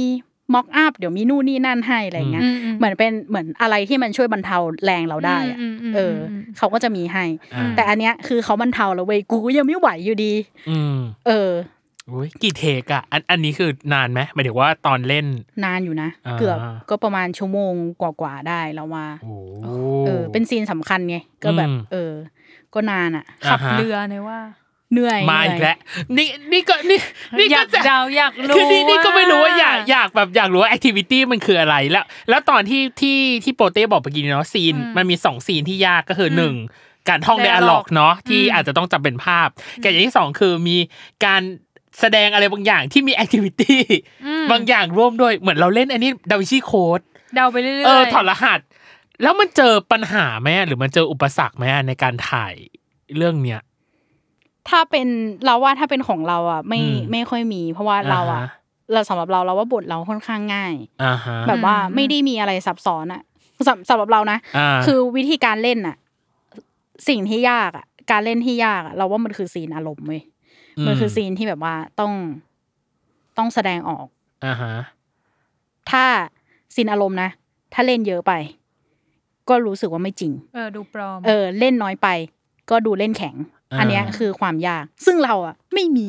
ม็อกอัพเดี๋ยวมีนู่นนี่นั่นให้อะไรเงี้ยเหมือนอะไรที่มันช่วยบรรเทาแรงเราได้อ่ะเขาก็จะมีให้แต่อันเนี้ยคือเขาบรรเทาแล้วเว้ยกูยังไม่ไหวอยู่ดีโอ้ยกี่เทคอ่ะอันนี้คือนานไหมหมายถึงว่าตอนเล่นนานอยู่นะเกือบก็ประมาณชั่วโมงกว่าๆได้แล้วว่าเป็นซีนสำคัญไงก็แบบก็นานอ่ะขับเรือเนี่ยว่าเหนื่อยมาอีกแล้วนี่ก็อยากเดาอยากรู้คือนี่ก็ไม่รู้ว่าอยากแบบอยากรู้ว่าแอคทิวิตี้มันคืออะไรแล้วตอนที่โปเต้บอกเมื่อกี้เนาะซีนมันมี2ซีนที่ยากก็คือ1การท่องไดอะล็อกเนาะที่อาจจะต้องจำเป็นภาพกับอย่างที่2คือมีการแสดงอะไรบางอย่างที่มีแอคทิวิตี้บางอย่างร่วมด้วยเหมือนเราเล่นอันนี้ดาวินชีโค้ดเดาไปเรื่อยถอดรหัสแล้วมันเจอปัญหาไหมหรือมันเจออุปสรรคไหมในการถ่ายเรื่องเนี้ยถ้าเป็นเราว่าถ้าเป็นของเราอ่ะไม่ค่อยมีเพราะว่าเราอ่ะเราสำหรับเราว่าบทเราค่อนข้างง่ายแบบว่าไม่ได้มีอะไรซับซ้อนอ่ะสำหรับเรานะคือวิธีการเล่นอ่ะสิ่งที่ยากอ่ะการเล่นที่ยากอ่ะเราว่ามันคือซีนอารมณ์เว้ยมันคือซีนที่แบบว่าต้องแสดงออกถ้าซีนอารมณ์นะถ้าเล่นเยอะไปก็รู้สึกว่าไม่จริงดูปลอมเล่นน้อยไปก็ดูเล่นแข็งอันเนี้ยคือความยากซึ่งเราอ่ะไม่มี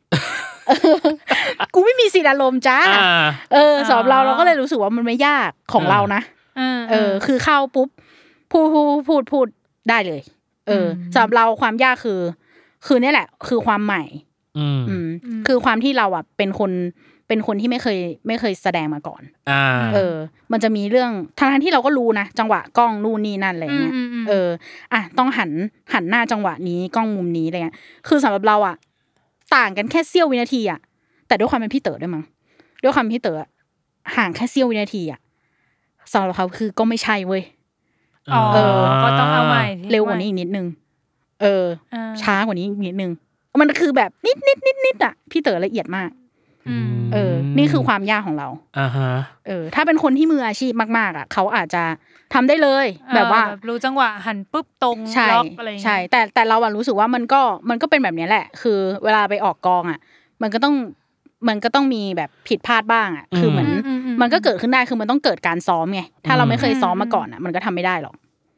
กูไม่มีซีนอารมณ์จ้าสำหรับเราก็เลยรู้สึกว่ามันไม่ยากของเรานะคือเข้าปุ๊บพูดได้เลยสำหรับเราความยากคือนี่แหละคือความใหม่คือความที่เราอ่ะเป็นคนที่ไม่เคยแสดงมาก่อนมันจะมีเรื่องทั้งที่เราก็รู้นะจังหวะกล้องนู่นนี่นั่นอะไรเงี้ยต้องหันหน้าจังหวะนี้กล้องมุมนี้อะไรเงี้ยคือสำหรับเราอ่ะต่างกันแค่เสี้ยววินาทีอ่ะแต่ด้วยความเป็นพี่เต๋อด้วยมั้งด้วยความพี่เต๋อห่างแค่เสี้ยววินาทีอ่ะสำหรับเขาคือก็ไม่ใช่เว้ยก็ต้องเอาใหม่เร็วกว่านี้อีกนิดนึงช้ากว่านี้อีกนิดนึงมันคือแบบนิดอ่ะพี่เต๋อละเอียดมากนี่คือความยากของเราถ้าเป็นคนที่มืออาชีพมากๆอ่ะเขาอาจจะทำได้เลยแบบว่ารู้จังหวะหันปุ๊บตรงล็อกอะไรอย่างเงี้ยใช่แต่เรารู้สึกว่ามันก็เป็นแบบนี้แหละคือเวลาไปออกกองอ่ะมันก็ต้องมีแบบผิดพลาดบ้างอ่ะคือเหมือนมันก็เกิดขึ้นได้คือมันต้องเกิดการซ้อมไงถ้าเราไม่เคยซ้อมมาก่อนอ่ะมันก็ทำไม่ได้หรอก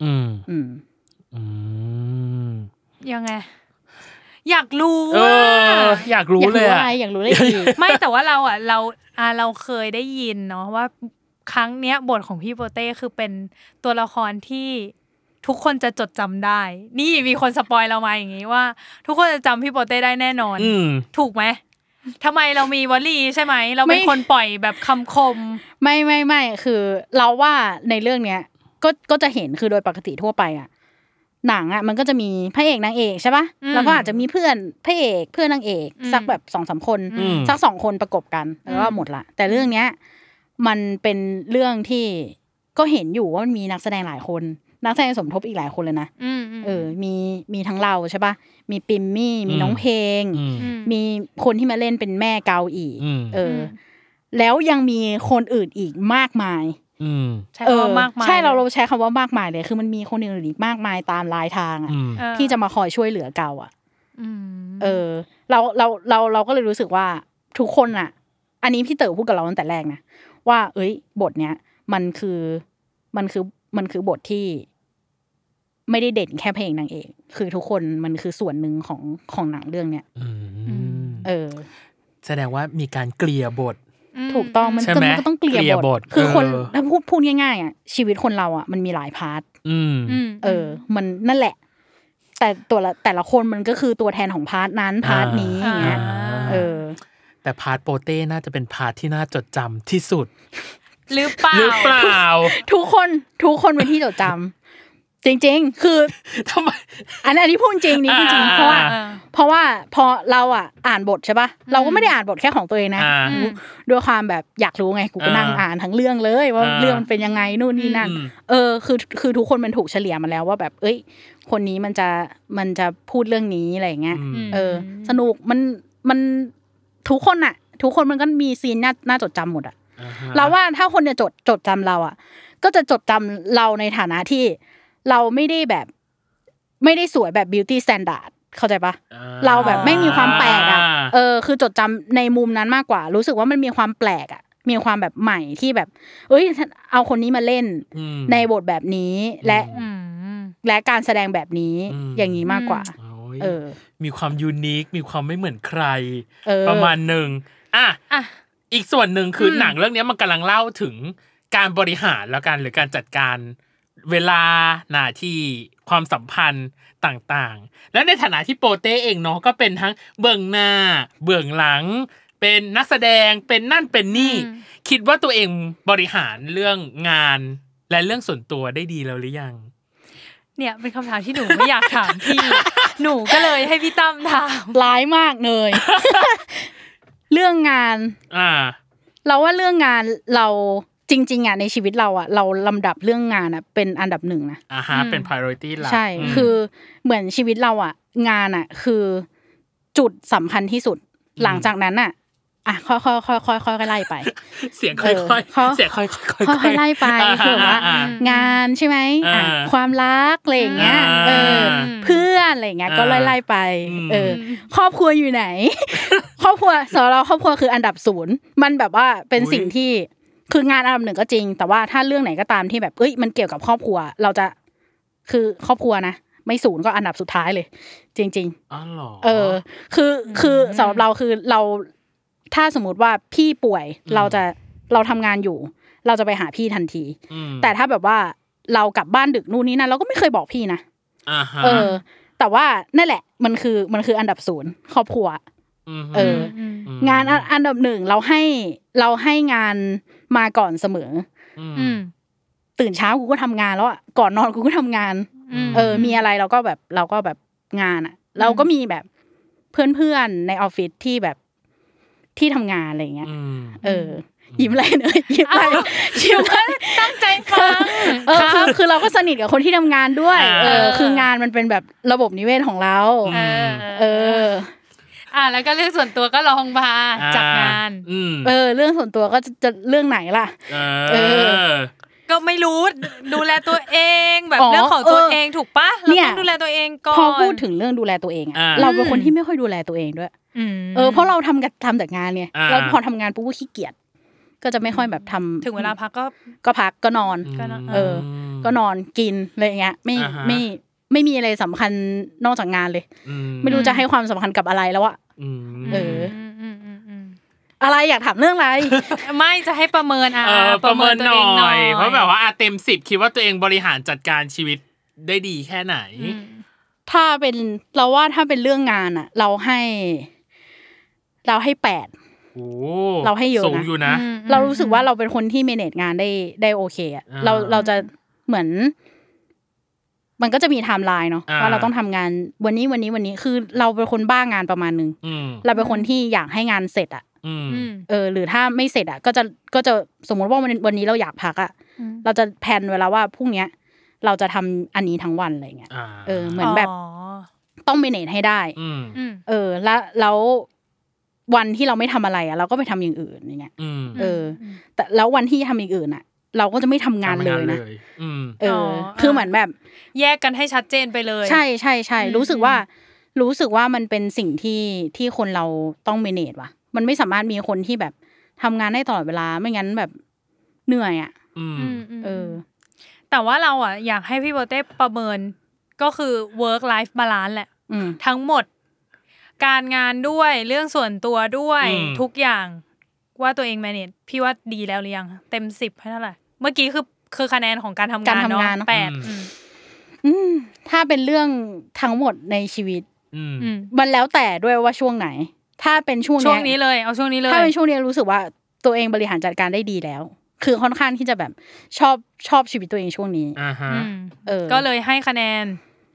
ยังไงอยากรู้อยากรู้เลยอยากรู้เลยไม่แต่ว่าเราเคยได้ยินเนาะว่าครั้งเนี้ยบทของพี่โปเต้คือเป็นตัวละครที่ทุกคนจะจดจำได้นี่มีคนสปอยเรามาอย่างงี้ว่าทุกคนจะจำพี่โปเต้ได้แน่นอนถูกไหมทำไมเรามีวลีใช่ไหมเราเป็นคนปล่อยแบบคำคมไม่คือเราว่าในเรื่องเนี้ยก็จะเห็นคือโดยปกติทั่วไปอ่ะหนังอ่ะมันก็จะมีพระเอกนางเอกใช่ป่ะแล้วก็อาจจะมีเพื่อนพระเอกเพื่อนนางเอกสักแบบ 2-3 คนสัก2คนประกบกันแล้วก็หมดละแต่เรื่องเนี้ยมันเป็นเรื่องที่ก็เห็นอยู่ว่ามันมีนักแสดงหลายคนนักแสดงสมทบอีกหลายคนเลยนะมีทั้งเราใช่ป่ะมีปิมมี่มีน้องเพลงมีคนที่มาเล่นเป็นแม่เกาอีกแล้วยังมีคนอื่นอีกมากมายใช่ว่ามากมายใช่เราใช้คำว่ามากมายเลยคือมันมีคนอื่นอีกมากมายตามรายทางอ่ะที่จะมาคอยช่วยเหลือเกาอ่ะเราก็เลยรู้สึกว่าทุกคนอ่ะอันนี้พี่เต๋อพูดกับเราตั้งแต่แรกนะว่าบทเนี้ยมันคือบทที่ไม่ได้เด่นแค่เพลงนางเอกคือทุกคนมันคือส่วนหนึ่งของหนังเรื่องเนี้ยแสดงว่ามีการเกลี่ยบทถูกต้องมันก็ต้องเกลี่ยบทคือคนถ้าพูดง่ายๆอ่ะชีวิตคนเราอ่ะมันมีหลายพาร์ทมันนั่นแหละแต่แต่ละคนมันก็คือตัวแทนของพาร์ทนั้นพาร์ทนี้อย่างเงี้ยแต่พาร์ทโปเต้น่าจะเป็นพาร์ทที่น่าจดจำที่สุดหรือเปล่าทุกคนเป็นที่จดจำจริงๆคือทำไมอันนี้พูดจริงนี่พูดจริงเพราะว่าพอเราอ่ะอ่านบทใช่ป่ะเราก็ไม่ได้อ่านบทแค่ของตัวเองนะด้วยความแบบอยากรู้ไงกูก็นั่งอ่านทั้งเรื่องเลยว่าเรื่องมันเป็นยังไงนู่นนี่นั่นคือทุกคนมันถูกเฉลี่ยมาแล้วว่าแบบคนนี้มันจะพูดเรื่องนี้อะไรอย่างเงี้ยสนุกมันทุกคนมันก็มีซีนน่าจดจำหมดอ่ะเราว่าถ้าคนจะจดจำเราอ่ะก็จะจดจำเราในฐานะที่เราไม่ได้สวยแบบ beauty standard เข้าใจปะเราแบบไม่มีความแปลกอ่ะคือจดจำในมุมนั้นมากกว่ารู้สึกว่ามันมีความแปลกอ่ะมีความแบบใหม่ที่แบบเอ้ยเอาคนนี้มาเล่นในบทแบบนี้และการแสดงแบบนี้อย่างนี้มากกว่ามีความยูนิคมีความไม่เหมือนใครประมาณนึงอ่ะอีกส่วนหนึ่งคือหนังเรื่องนี้มันกำลังเล่าถึงการบริหารแล้วกันหรือการจัดการเวลาหน้าที่ความสัมพันธ์ต่างๆแล้วในฐานะที่โปเต้เองเนาะก็เป็นทั้งเบื้องหน้าเบื้องหลังเป็นนักแสดงเป็นนั่นเป็นนี่คิดว่าตัวเองบริหารเรื่องงานและเรื่องส่วนตัวได้ดีแล้วหรือยังเนี่ยเป็นคำถามที่หนูไม่อยากถามพี่ หนูก็เลยให้พี่ตั้มถามร้ายมากเลย เรื่องงานเราว่าเรื่องงานเราจริงๆอ่ะในชีวิตเราอ่ะเราลำดับเรื่องงานอ่ะเป็นอันดับหนึ่งนะเป็น priority หลักใช่คือเหมือนชีวิตเราอ่ะงานอ่ะคือจุดสำคัญที่สุดหลังจากนั้นอ่ะค่อยๆไล่ไปเสียงค่อยๆเสียงค่อยๆไล่ไปคือว่างานใช่ไหมความรักอะไรอย่างเงี้ยเพื่อนอะไรอย่างเงี้ยก็ไล่ไปครอบครัวอยู่ไหนครอบครัวสำหรับเราครอบครัวคืออันดับ0มันแบบว่าเป็นสิ่งที่คืองานอันดับ1ก็จริงแต่ว่าถ้าเรื่องไหนก็ตามที่แบบมันเกี่ยวกับครอบครัวเราจะคือครอบครัวนะไม่0ก็อันดับสุดท้ายเลยจริงๆอ๋อเหรอคือสำหรับเราคือเราถ้าสมมุติว่าพี่ป่วยเราทำงานอยู่เราจะไปหาพี่ทันทีแต่ถ้าแบบว่าเรากลับบ้านดึกนู่นนี่นั่นเราก็ไม่เคยบอกพี่นะแต่ว่านั่นแหละมันคืออันดับ0ครอบครัวงานอันดับ1เราให้งานมาก่อนเสมอตื่นเช้ากูก็ทำงานแล้วอ่ะก่อนนอนกูก็ทำงานมีอะไรเราก็แบบงานอ่ะเราก็มีแบบเพื่อนๆในออฟฟิศที่แบบที่ทำงานอะไรอย่างเงี้ยยิ้มอะไรเนยยิ้มอะไรตั้งใจฟังคือเราก็สนิทกับคนที่ทำงานด้วยคืองานมันเป็นแบบระบบนิเวศของเราแล้วก็เรื่องส่วนตัวก็ลองพาจากงานเรื่องส่วนตัวก็จะเรื่องไหนล่ะก็ไม่รู้ดูแลตัวเองแบบเรื่องของตัวเองถูกปะเราต้องดูแลตัวเองก่อนพอพูดถึงเรื่องดูแลตัวเองเราเป็นคนที่ไม่ค่อยดูแลตัวเองด้วยเพราะเราทำแต่งานเนี่ยแล้วพอทำงานปุ๊บก็ขี้เกียจก็จะไม่ค่อยแบบทำถึงเวลาพักก็พักก็นอนก็นอนกินอะไรอย่างเงี้ยไม่มีอะไรสำคัญนอกจากงานเลยไม่รู้จะให้ความสำคัญกับอะไรแล้วอะอะไรอยากถามเรื่องอะไรไม่จะให้ประเมินประเมินหน่อยเพราะแบบว่าเต็ม10คิดว่าตัวเองบริหารจัดการชีวิตได้ดีแค่ไหนถ้าเป็นเราว่าถ้าเป็นเรื่องงานอ่ะเราให้8เราให้เยอะนะเรารู้สึกว่าเราเป็นคนที่เมเนจงานได้โอเคอ่ะเราจะเหมือนมันก็จะมีไทม์ไลน์เนาะว่าเราต้องทำงานวันนี้คือเราเป็นคนบ้างานประมาณนึงเราเป็นคนที่อยากให้งานเสร็จอ่ะหรือถ้าไม่เสร็จอ่ะก็จะสมมติว่าวันนี้เราอยากพักอ่ะเราจะแพลนเวลาว่าพรุ่งนี้เราจะทำอันนี้ทั้งวันอะไรเงี้ยเหมือนแบบต้องเมเนจให้ได้แล้ววันที่เราไม่ทำอะไรอ่ะเราก็ไปทำอย่างอื่นอย่างเงี้ยแต่แล้ววันที่ทำอย่างอื่นอ่ะเราก็จะไม่ทำงานเลยนะคือเหมือนแบบแยกกันให้ชัดเจนไปเลยใช่รู้สึกว่ามันเป็นสิ่งที่คนเราต้องเมเนจว่ะมันไม่สามารถมีคนที่แบบทำงานได้ตลอดเวลาไม่งั้นแบบเหนื่อยอ่ะแต่ว่าเราอ่ะอยากให้พี่โบเต้ประเมินก็คือ work life balance แหละทั้งหมดการงานด้วยเรื่องส่วนตัวด้วยทุกอย่างว่าตัวเอง manage พี่ว่าดีแล้วหรือยังเต็ม10ให้เท่าไหร่เมื่อกี้คือคะแนนของการทำงานเนาะ 8ถ้าเป็นเรื่องทั้งหมดในชีวิตมันแล้วแต่ด้วยว่าช่วงไหนถ้าเป็นช่วงนี้เลยเอาช่วงนี้เลยถ้าเป็นช่วงนี้รู้สึกว่าตัวเองบริหารจัดการได้ดีแล้วคือค่อนข้างที่จะแบบชอบชีวิตตัวเองช่วงนี้ก็เลยให้คะแนน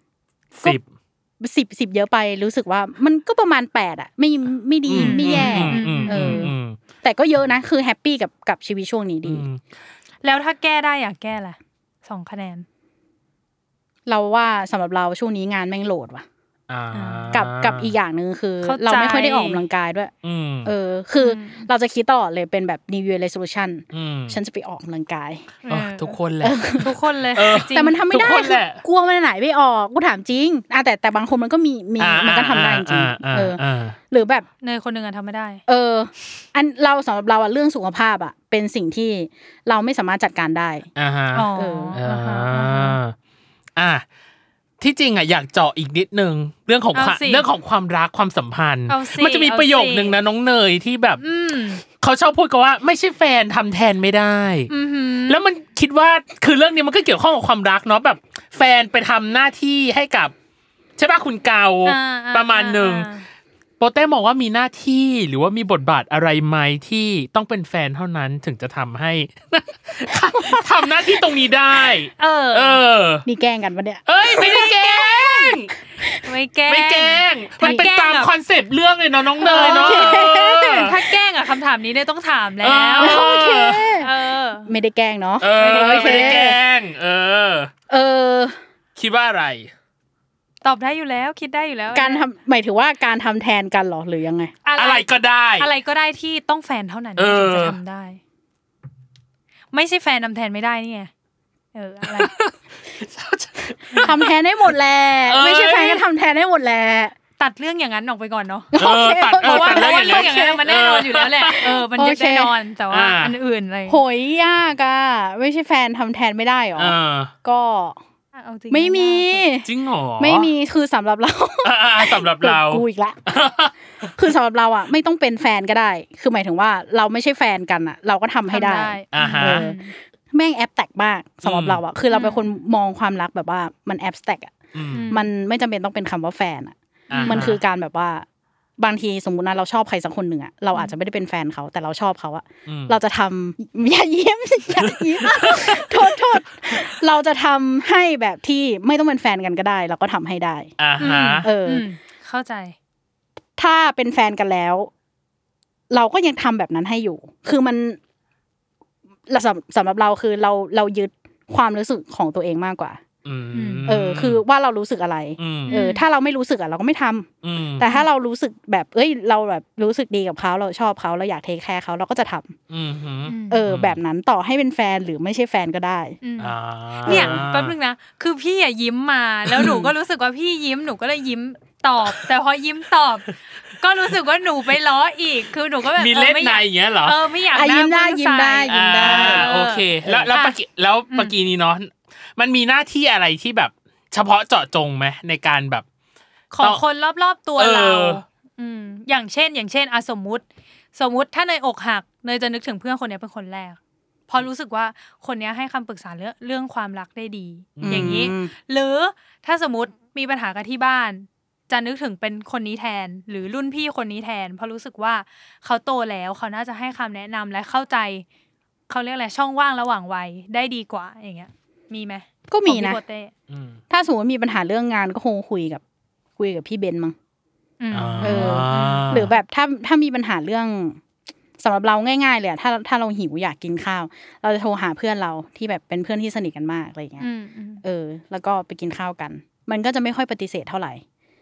10เยอะไปรู้สึกว่ามันก็ประมาณ8อ่ะไม่ดีไม่แย่แต่ก็เยอะนะคือแฮปปี้กับชีวิตช่วงนี้ดีแล้วถ้าแก้ได้อยากแก้ล่ะ2คะแนนเราว่าสำหรับเราช่วงนี้งานแม่งโหลดว่ะกับอีกอย่างนึงคือเราไม่ค่อยได้ออกกำลังกายด้วยคือเราจะคิดตลอดเลยเป็นแบบ New Year Resolution ฉันจะไปออกกำลังกายทุกคนแหละทุกคนเลยแต่มันทำไม่ได้กลัวมันไหนไม่ออกกูถามจริงแต่บางคนมันก็มีมันก็ทำได้จริงหรือแบบเนยคนนึงทำไม่ได้อันเราสำหรับเราเรื่องสุขภาพเป็นสิ่งที่เราไม่สามารถจัดการได้ที่จริงอยากเจาะอีกนิดนึงเรื่องของความรักความสัมพันธ์มันจะมีประโยคนึงนะน้องเนยที่แบบเขาชอบพูดกันว่าไม่ใช่แฟนทำแทนไม่ได้แล้วมันคิดว่าคือเรื่องนี้มันก็เกี่ยวข้องกับความรักเนาะแบบแฟนไปทำหน้าที่ให้กับใช่ป่ะคุณเกาประมาณนึงโปเต้มองว่ามีหน้าที่หรือว่ามีบทบาทอะไรไหมที่ต้องเป็นแฟนเท่านั้นถึงจะทำให้ ทำหน้าที่ตรงนี้ได้มีแกล้งกันปะเนี่ยไม่ได้แกล้งไม่แกล้งมันเป็นตามคอนเซปต์เรื่องเลยเนาะน้องเนยเนาะถ้าแกล้งคำถามนี้เนี่ยต้องถามแล้วโอเคไม่ได้แกล้งเนาะไม่ได้แกล้งคิดว่าอะไรตอบได้อยู่แล้วคิดได้อยู่แล้วการทำหมายถึงว่าการทำแทนกันหรอหรือยังไงอะไรก็ได้อะไรก็ได้ที่ต้องแฟนเท่านั้นถึงจะทำได้ไม่ใช่แฟนทำแทนไม่ได้นี่ไงอะไรทำแทนได้หมดแหละไม่ใช่แฟนก็ทำแทนได้หมดแหละตัดเรื่องอย่างนั้นออกไปก่อนเนาะเพราะว่าเรื่องอย่างนั้นมันแน่นอนอยู่แล้วแหละมันแน่นอนแต่ว่าอันอื่นอะไรโหยยากไม่ใช่แฟนทำแทนไม่ได้หรอก็ไม่มีจริงหรอไม่มีคือสำหรับเราสำหรับเรากูอีกละคือสำหรับเราไม่ต้องเป็นแฟนก็ได้คือหมายถึงว่าเราไม่ใช่แฟนกันเราก็ทำให้ได้แม่งแอบแตกมากสำหรับเราคือเราเป็นคนมองความรักแบบว่ามันแอบแตกมันไม่จำเป็นต้องเป็นคำว่าแฟนมันคือการแบบว่าบางทีสมมุตินะเราชอบใครสักคนหนึ่งเราอาจจะไม่ได้เป็นแฟนเขาแต่เราชอบเขาเราจะทำอย่ายิ้มโทษเราจะทำให้แบบที่ไม่ต้องเป็นแฟนกันก็ได้เราก็ทำให้ได้เข้าใจถ้าเป็นแฟนกันแล้วเราก็ยังทำแบบนั้นให้อยู่คือมันสำหรับเราคือเรายึดความรู้สึกของตัวเองมากกว่าคือว่าเรารู้สึกอะไรถ้าเราไม่รู้สึกเราก็ไม่ทำแต่ถ้าเรารู้สึกแบบเราแบบรู้สึกดีกับเขาเราชอบเขาเราอยากเทคแคร์เขาเราก็จะทำแบบนั้นต่อให้เป็นแฟนหรือไม่ใช่แฟนก็ได้เนี่ยแป๊บนึงนะคือพี่ยิ้มมาแล้วหนูก็รู้สึกว่าพี่ยิ้มหนูก็เลยยิ้มตอบแต่พอยิ้มตอบก็รู้สึกว่าหนูไปล้ออีกคือหนูก็แบบมีเล่นในอย่างเงี้ยเหรอไม่อยากยิ้มได้โอเคแล้วเมื่อกี้นี้เนาะมันมีหน้าที่อะไรที่แบบเฉพาะเจาะจงไหมในการแบบของคนรอบๆตัวเราอย่างเช่นสมมุติถ้าเนยอกหักเนยจะนึกถึงเพื่อนคนนี้เป็นคนแรกพอรู้สึกว่าคนนี้ให้คำปรึกษาเรื่องความรักได้ดีอย่างนี้หรือถ้าสมมติมีปัญหากันที่บ้านจะนึกถึงเป็นคนนี้แทนหรือรุ่นพี่คนนี้แทนเพราะรู้สึกว่าเขาโตแล้วเขาน่าจะให้คำแนะนำและเข้าใจเขาเรียกอะไรช่องว่างระหว่างวัยได้ดีกว่าอย่างเงี้ยมีไหมก็มีนะถ้าสมมติมีปัญหาเรื่องงานก็คงคุยกับพี่เบนมั้งหรือแบบถ้ามีปัญหาเรื่องสำหรับเราง่ายๆเลยถ้าเราหิวอยากกินข้าวเราจะโทรหาเพื่อนเราที่แบบเป็นเพื่อนที่สนิทกันมากอะไรอย่างเงี้ยแล้วก็ไปกินข้าวกันมันก็จะไม่ค่อยปฏิเสธเท่าไหร่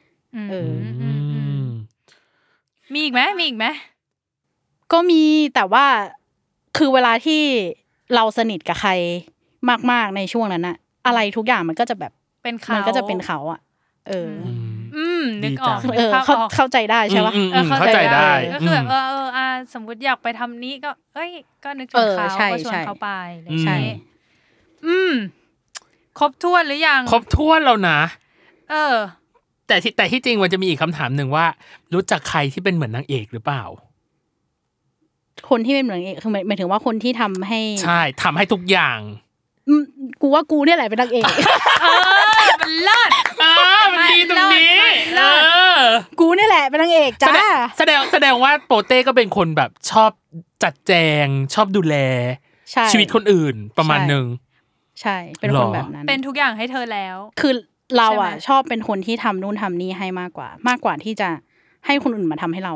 มีอีกไหมก็มีแต่ว่าคือเวลาที่เราสนิทกับใครมากๆในช่วงนั้นอะอะไรทุกอย่างมันก็จะแบบมันก็จะเป็นเขาอะนึกออกเข้าใจได้ใช่ปะเข้าใจได้ก็คือแบบสมมติอยากไปทำนี้ก็นึกถึงเขาก็ชวนเขาไปใช่ครบถ้วนหรือยังครบถ้วนแล้วนะแต่ที่จริงมันจะมีอีกคำถามหนึ่งว่ารู้จักใครที่เป็นเหมือนนางเอกหรือเปล่าคนที่เป็นเหมือนนางเอกคือหมายถึงว่าคนที่ทำให้ใช่ทำให้ทุกอย่างกูว่ากูเนี่ยแหละเป็นนางเอกมันเลิศมันดีตรงนี้กูเนี่ยแหละเป็นนางเอกจ้าแสดงว่าโปเต้ก็เป็นคนแบบชอบจัดแจงชอบดูแลชีวิตคนอื่นประมาณนึงใช่เป็นคนแบบนั้นเป็นทุกอย่างให้เธอแล้วคือเราชอบเป็นคนที่ทำนู่นทำนี่ให้มากกว่าที่จะให้คนอื่นมาทำให้เรา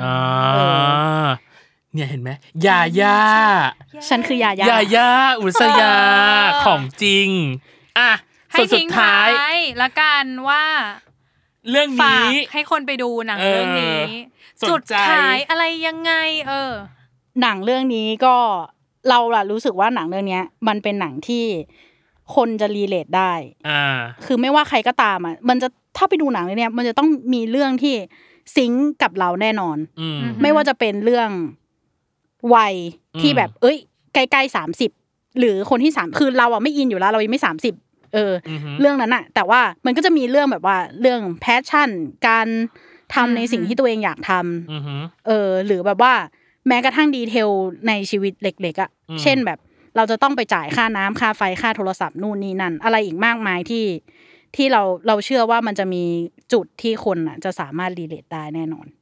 เนี่ยเห็นไหมยาย่าฉันคือยาย่าอุษยาของจริงให้สุดท้ายละกันว่าเรื่องฝานี้กให้คนไปดูหนังเรื่องนี้สนใจจุดขายอะไรยังไงหนังเรื่องนี้ก็เราล่ะรู้สึกว่าหนังเรื่องนี้มันเป็นหนังที่คนจะรีเลทได้คือไม่ว่าใครก็ตามอ่ะมันจะถ้าไปดูหนังเรื่องนี้มันจะต้องมีเรื่องที่ซิงก์กับเราแน่นอนไม่ว่าจะเป็นเรื่องวัยที่แบบใกล้ๆ30หรือคนที่3คือเราอ่ะไม่อินอยู่แล้วเรายังไม่30เรื่องนั้นน่ะแต่ว่ามันก็จะมีเรื่องแบบว่าเรื่องแพชชั่นการทำในสิ่งที่ตัวเองอยากทำหรือแบบว่าแม้กระทั่งดีเทลในชีวิตเล็กๆอ่ะเช่นแบบเราจะต้องไปจ่ายค่าน้ำค่าไฟค่าโทรศัพท์นู่นนี่นั่นอะไรอีกมากมายที่เราเชื่อว่ามันจะมีจุดที่คนอ่ะจะสามารถรีเลทได้แน่นอน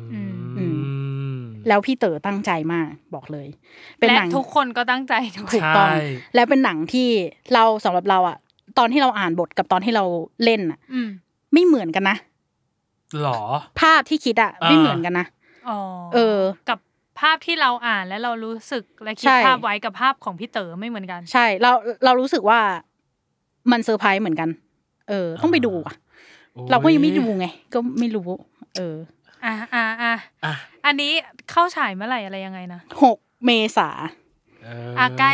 แล้วพี่เต๋อตั้งใจมากบอกเลยเป็นหนังทุกคนก็ตั้งใจถูกต้องและเป็นหนังที่เราสำหรับเราอ่ะตอนที่เราอ่านบทกับตอนที่เราเล่นอ่ะไม่เหมือนกันนะหรอภาพที่คิดอ่ะไม่เหมือนกันนะกับภาพที่เราอ่านและเรารู้สึกและคิดภาพไว้กับภาพของพี่เต๋อไม่เหมือนกันใช่เรารู้สึกว่ามันเซอร์ไพรส์เหมือนกันต้องไปดูอ่ะเราก็ยังไม่ดูไงก็ไม่รู้อันนี้เข้าฉายเมื่อไหร่อะไรยังไงนะ 6 เมษายนใกล้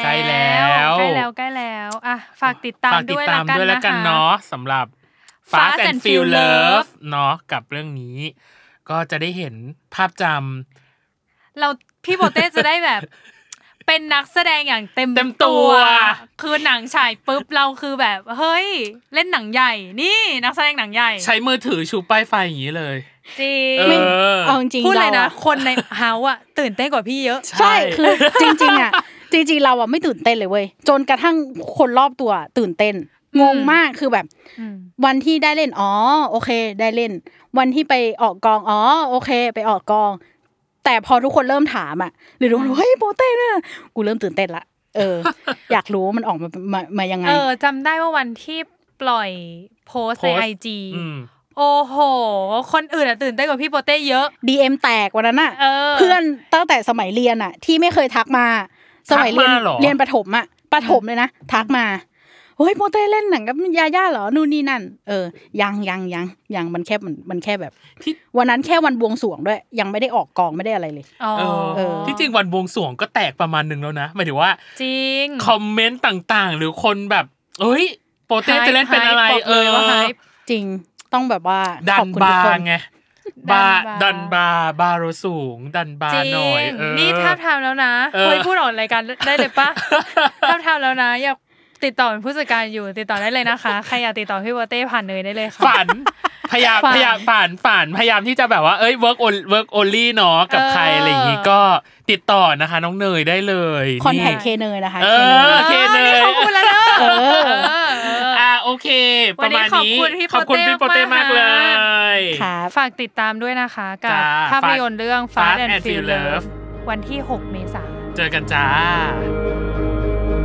แล้วฝากติดตามด้วยละกันเนาะสำหรับ Fast and Feel Love เนาะกับเรื่องนี้ก็จะได้เห็นภาพจำเราพี่โบเต้จะได้แบบเป็นนักแสดงอย่างเต็มตัวคือหนังฉายปุ๊บเราคือแบบเฮ้ยเล่นหนังใหญ่นี่นักแสดงหนังใหญ่ใช้มือถือชูป้ายไฟอย่างนี้เลยจริงเอาจริงพูดเลยนะคนในเฮาอ่ะตื่นเต้นกว่าพี่เยอะใช่คือจริงๆอ่ะจริงๆเราอ่ะไม่ตื่นเต้นเลยเว้ยจนกระทั่งคนรอบตัวตื่นเต้นงงมากคือแบบวันที่ได้เล่นโอเคได้เล่นวันที่ไปออกกองโอเคไปออกกองแต่พอทุกคนเริ่มถามอ่ะหรือทุกคนเฮ้ยโปเต้เนี่ยกูเริ่มตื่นเต้นละอยากรู้ว่ามันออกมายังไงจำได้ว่าวันที่ปล่อยโพสใน IG โอ้โหคนอื่นอ่ะตื่นเต้นกว่าพี่โปเต้เยอะ DM แตกวันนั้นน่ะเพื่อนตั้งแต่สมัยเรียนอ่ะที่ไม่เคยทักมาสมัยเรียนประถมเลยนะทักมาเฮ้ยโปเต้เล่นหนังกับยาย่าเหรอนู่นนี่นั่นยังมันแค่แบบวันนั้นแค่วันบวงสรวงด้วยยังไม่ได้ออกกองไม่ได้อะไรเลยที่จริงวันบวงสรวงก็แตกประมาณนึงแล้วนะหมายถึงว่าจริงคอมเมนต์ต่างๆหรือคนแบบเอ้ยโปเต้จะเล่นเป็นอะไรว่าจริงต้องแบบว่าขอบคุณทุกคนไงดันบาร์โรสูงดันบาร์หน่อยนี่ท้าทามแล้วนะเคยพูดออกรายการได้เลยปะท้าทามแล้วนะอยากติดต่อเป็นผู้จัดการอยู่ติดต่อได้เลยนะคะใครอยากติดต่อพี่โบเต้ผ่านเนยได้เลยค่ะฝันพยายามที่จะแบบว่าwork only เนาะกับใครอะไรอย่างงี้ก็ติดต่อนะคะน้องเนยได้เลยคอนแทคเคเนยนะคะเคเนยขอบคุณแล้วโอเคประมาณนี้ขอบคุณพี่โปเต้มากเลยฝากติดตามด้วยนะคะกับภาพยนตร์เรื่อง Fast and Feel Love วันที่6 เมษายนเจอกันจ้า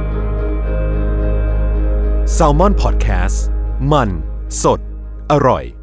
Salmon Podcast มันสดอร่อย